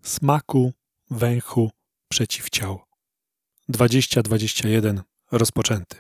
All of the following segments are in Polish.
smaku, węchu, przeciwciał. 2021 rozpoczęty.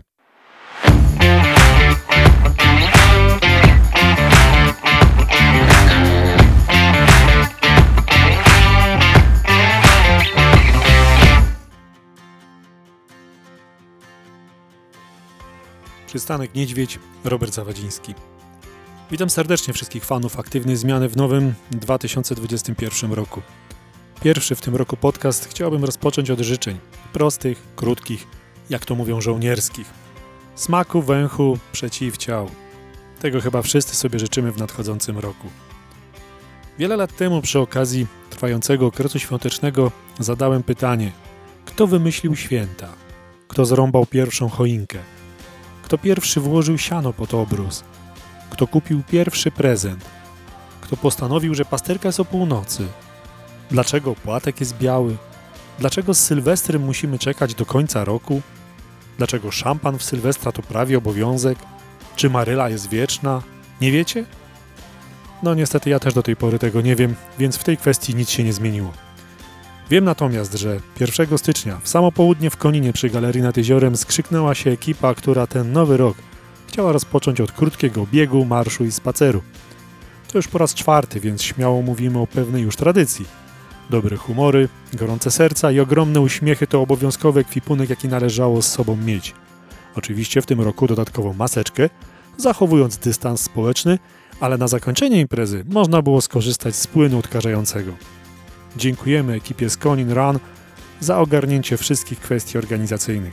Przystanek Niedźwiedź, Robert Zawadziński. Witam serdecznie wszystkich fanów aktywnej zmiany w nowym 2021 roku. Pierwszy w tym roku podcast chciałbym rozpocząć od życzeń. Prostych, krótkich, jak to mówią żołnierskich. Smaku, węchu, przeciwciał. Tego chyba wszyscy sobie życzymy w nadchodzącym roku. Wiele lat temu przy okazji trwającego okresu świątecznego zadałem pytanie: kto wymyślił święta? Kto zrąbał pierwszą choinkę? Kto pierwszy włożył siano pod obrus? Kto kupił pierwszy prezent? Kto postanowił, że pasterka jest o północy? Dlaczego opłatek jest biały? Dlaczego z Sylwestrem musimy czekać do końca roku? Dlaczego szampan w Sylwestra to prawie obowiązek? Czy Maryla jest wieczna? Nie wiecie? No niestety ja też do tej pory tego nie wiem, więc w tej kwestii nic się nie zmieniło. Wiem natomiast, że 1 stycznia w samo południe w Koninie przy Galerii nad Jeziorem skrzyknęła się ekipa, która ten nowy rok chciała rozpocząć od krótkiego biegu, marszu i spaceru. To już po raz 4, więc śmiało mówimy o pewnej już tradycji. Dobre humory, gorące serca i ogromne uśmiechy to obowiązkowy ekwipunek, jaki należało z sobą mieć. Oczywiście w tym roku dodatkowo maseczkę, zachowując dystans społeczny, ale na zakończenie imprezy można było skorzystać z płynu odkażającego. Dziękujemy ekipie z Konin Run za ogarnięcie wszystkich kwestii organizacyjnych.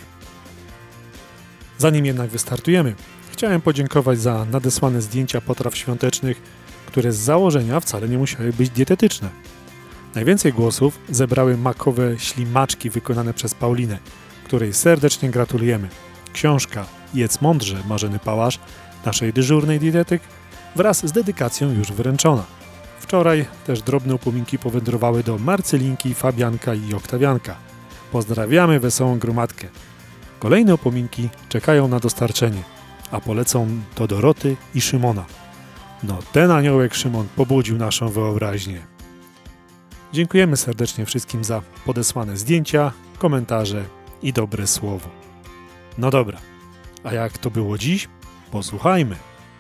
Zanim jednak wystartujemy, chciałem podziękować za nadesłane zdjęcia potraw świątecznych, które z założenia wcale nie musiały być dietetyczne. Najwięcej głosów zebrały makowe ślimaczki wykonane przez Paulinę, której serdecznie gratulujemy. Książka Jedz mądrze Marzeny Pałasz, naszej dyżurnej dietetyk, wraz z dedykacją już wręczona. Wczoraj też drobne upominki powędrowały do Marcelinki, Fabianka i Oktawianka. Pozdrawiamy wesołą gromadkę. Kolejne upominki czekają na dostarczenie, a polecą do Doroty i Szymona. No ten aniołek Szymon pobudził naszą wyobraźnię. Dziękujemy serdecznie wszystkim za podesłane zdjęcia, komentarze i dobre słowo. No dobra, a jak to było dziś? Posłuchajmy.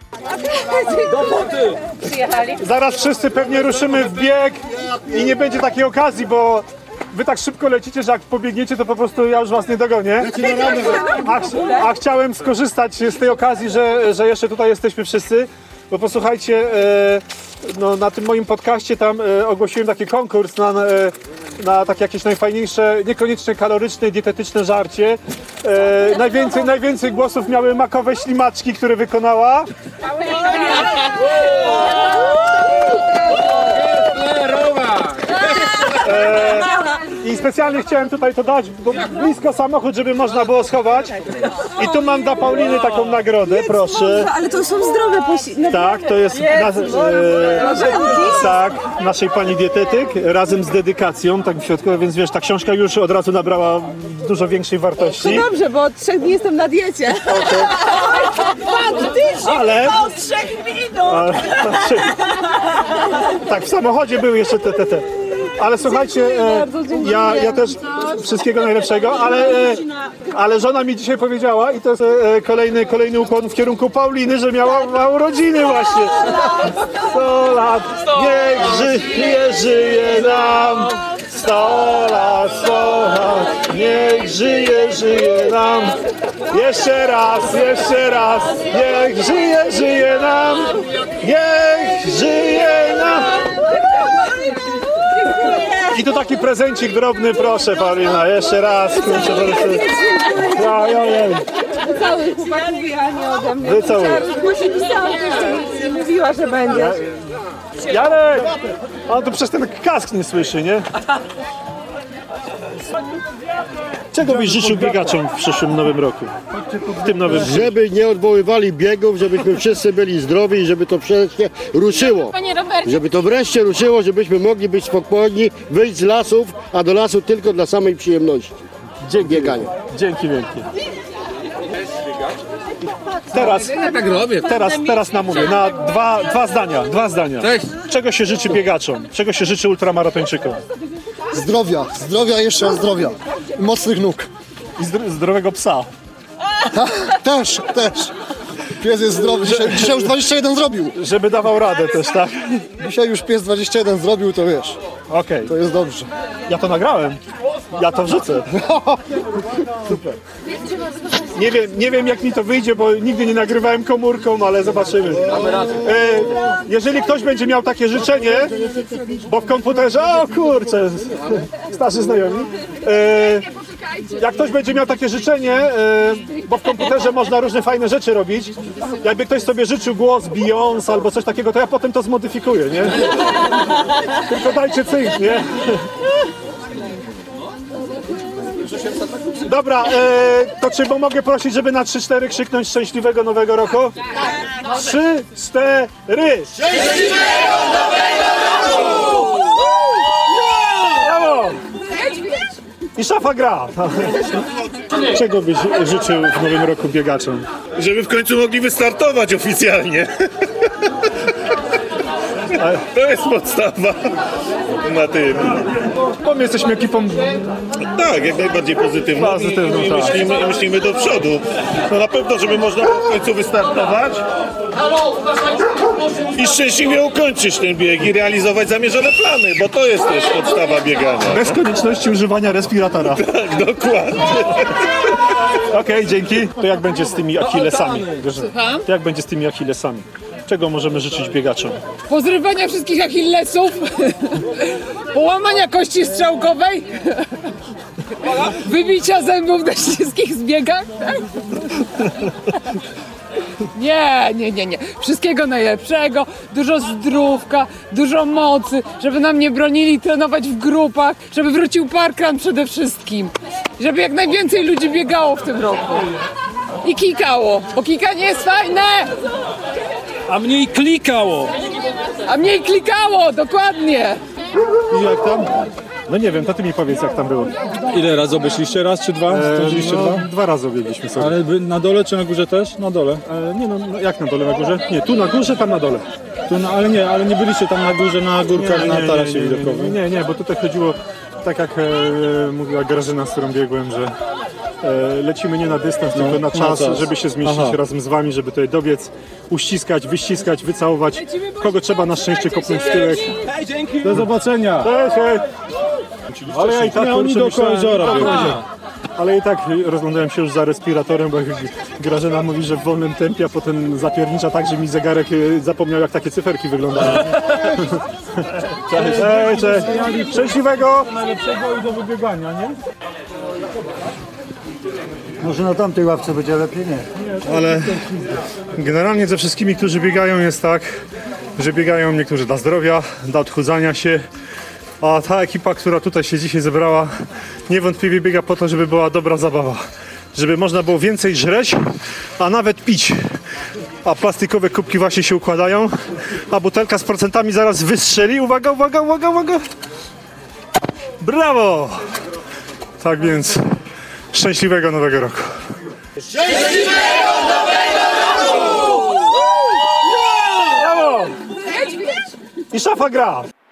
Przyjechali? Zaraz wszyscy pewnie ruszymy w bieg i nie będzie takiej okazji, bo wy tak szybko lecicie, że jak pobiegniecie, to po prostu ja już was nie dogonię. A chciałem skorzystać z tej okazji, że jeszcze tutaj jesteśmy wszyscy, bo posłuchajcie, na tym moim podcaście tam ogłosiłem taki konkurs na takie jakieś najfajniejsze, niekoniecznie kaloryczne, dietetyczne żarcie. Najwięcej głosów miały makowe ślimaczki, które wykonała. I specjalnie chciałem tutaj to dać, bo blisko samochód, żeby można było schować. I tu mam dla Pauliny taką nagrodę, proszę. Ale to są zdrowe posiłki. Tak, to jest naszej pani dietetyk, razem z dedykacją, tak w środku, więc wiesz, ta książka już od razu nabrała dużo większej wartości. To dobrze, bo od 3 dni jestem na diecie. Ale... Od 3 minut! Tak, w samochodzie były jeszcze te. Ale słuchajcie, ja też wszystkiego najlepszego, ale żona mi dzisiaj powiedziała, i to jest kolejny ukłon w kierunku Pauliny, że miała urodziny właśnie. 100 lat, niech żyje nam. 100 lat, niech żyje nam. Jeszcze raz, niech żyje nam. Niech żyje nam. I tu taki prezencik drobny, proszę Paulina, jeszcze raz. Cały chłopaków wyjechanie ode mnie. Wycałuję. Bo się pisałam, to jeszcze nie mówiła, że będzie. Jarek! On tu przez ten kask nie słyszy, nie? Czego byś życzył biegaczom w przyszłym nowym roku? W tym nowym roku? Żeby nie odwoływali biegów, żebyśmy wszyscy byli zdrowi i żeby to wreszcie ruszyło. Panie Robercie. Żeby to wreszcie ruszyło, żebyśmy mogli być spokojni, wyjść z lasów, a do lasu tylko dla samej przyjemności. Dzięki biegania. Dzięki wielkie. Teraz namówię na dwa zdania. Cześć. Czego się życzy biegaczom? Czego się życzy ultramaratończykom? Zdrowia, jeszcze raz zdrowia. I mocnych nóg. I zdrowego psa. Też. Pies jest zdrowy. Dzisiaj już 21 zrobił. Żeby dawał radę też, tak? Dzisiaj już pies 21 zrobił, to wiesz, Okej. to jest dobrze. Ja to nagrałem. Ja to wrzucę. Super. Nie wiem jak mi to wyjdzie, bo nigdy nie nagrywałem komórką, ale zobaczymy. Jeżeli ktoś będzie miał takie życzenie, bo w komputerze, o kurczę, starzy znajomi. Jak ktoś będzie miał takie życzenie, bo w komputerze można różne fajne rzeczy robić, jakby ktoś sobie życzył głos Beyoncé albo coś takiego, to ja potem to zmodyfikuję, nie? Tylko dajcie cynk, nie? Dobra, to czy mogę prosić, żeby na 3-4 krzyknąć szczęśliwego nowego roku? 3, 4! Szczęśliwego nowego roku! Brawo! I szafa gra. Czego byś życzył w nowym roku biegaczom? Żeby w końcu mogli wystartować oficjalnie. To jest podstawa na tym. Bo my jesteśmy ekipą Tak, jak najbardziej pozytywną. Pozytywną, I tak. myślimy do przodu. No na pewno, żeby można było w końcu wystartować i szczęśliwie ukończyć ten bieg i realizować zamierzone plany, bo to jest też podstawa biegania. bez konieczności używania respiratora. Tak, dokładnie. Okej, dzięki. To jak będzie z tymi achillesami? To jak będzie z tymi achillesami? Czego możemy życzyć biegaczom? Pozrywania wszystkich achillesów, połamania kości strzałkowej, wybicia zębów na śliskich zbiegach. Nie. Wszystkiego najlepszego, dużo zdrówka, dużo mocy, żeby nam nie bronili trenować w grupach, żeby wrócił parkrun przede wszystkim, żeby jak najwięcej ludzi biegało w tym roku i kikało, bo kikanie jest fajne. A mniej klikało! A mniej klikało, dokładnie. I jak tam? No nie wiem, to ty mi powiedz jak tam było. Ile razy obeszliście? Raz czy dwa? Zdążyliście No, dwa? 2 razy obiegliśmy sobie. Ale na dole czy na górze też? Na dole. Nie no, jak na dole, na górze? Nie, tu na górze, tam na dole. Ale nie byliście tam na górze, na górkach, na tarasie widokowym. Nie, bo tutaj chodziło, tak jak mówiła Grażyna, z którą biegłem, że lecimy nie na dystans, tylko na czas, żeby się zmieścić razem z wami, żeby tutaj dobiec, uściskać, wyściskać, wycałować. Kogo trzeba na szczęście kopnąć w tyłek. Do zobaczenia! Cześć, hej. Ale ja i tak oni dookoła jeziora biegną. Ale i tak rozglądałem się już za respiratorem, bo jak Grażyna mówi, że w wolnym tempie, a potem zapiernicza tak, że mi zegarek zapomniał, jak takie cyferki wyglądają. Cześć. Szczęśliwego! Najlepszego i do wybiegania, nie? Może na tamtej ławce będzie lepiej, nie? Ale generalnie ze wszystkimi, którzy biegają, jest tak, że biegają niektórzy dla zdrowia, dla odchudzania się, a ta ekipa, która tutaj się dzisiaj zebrała, niewątpliwie biega po to, żeby była dobra zabawa. Żeby można było więcej żreć, a nawet pić. A plastikowe kubki właśnie się układają, a butelka z procentami zaraz wystrzeli. Uwaga! Brawo! Tak więc szczęśliwego nowego roku. Brawo! I szafa gra!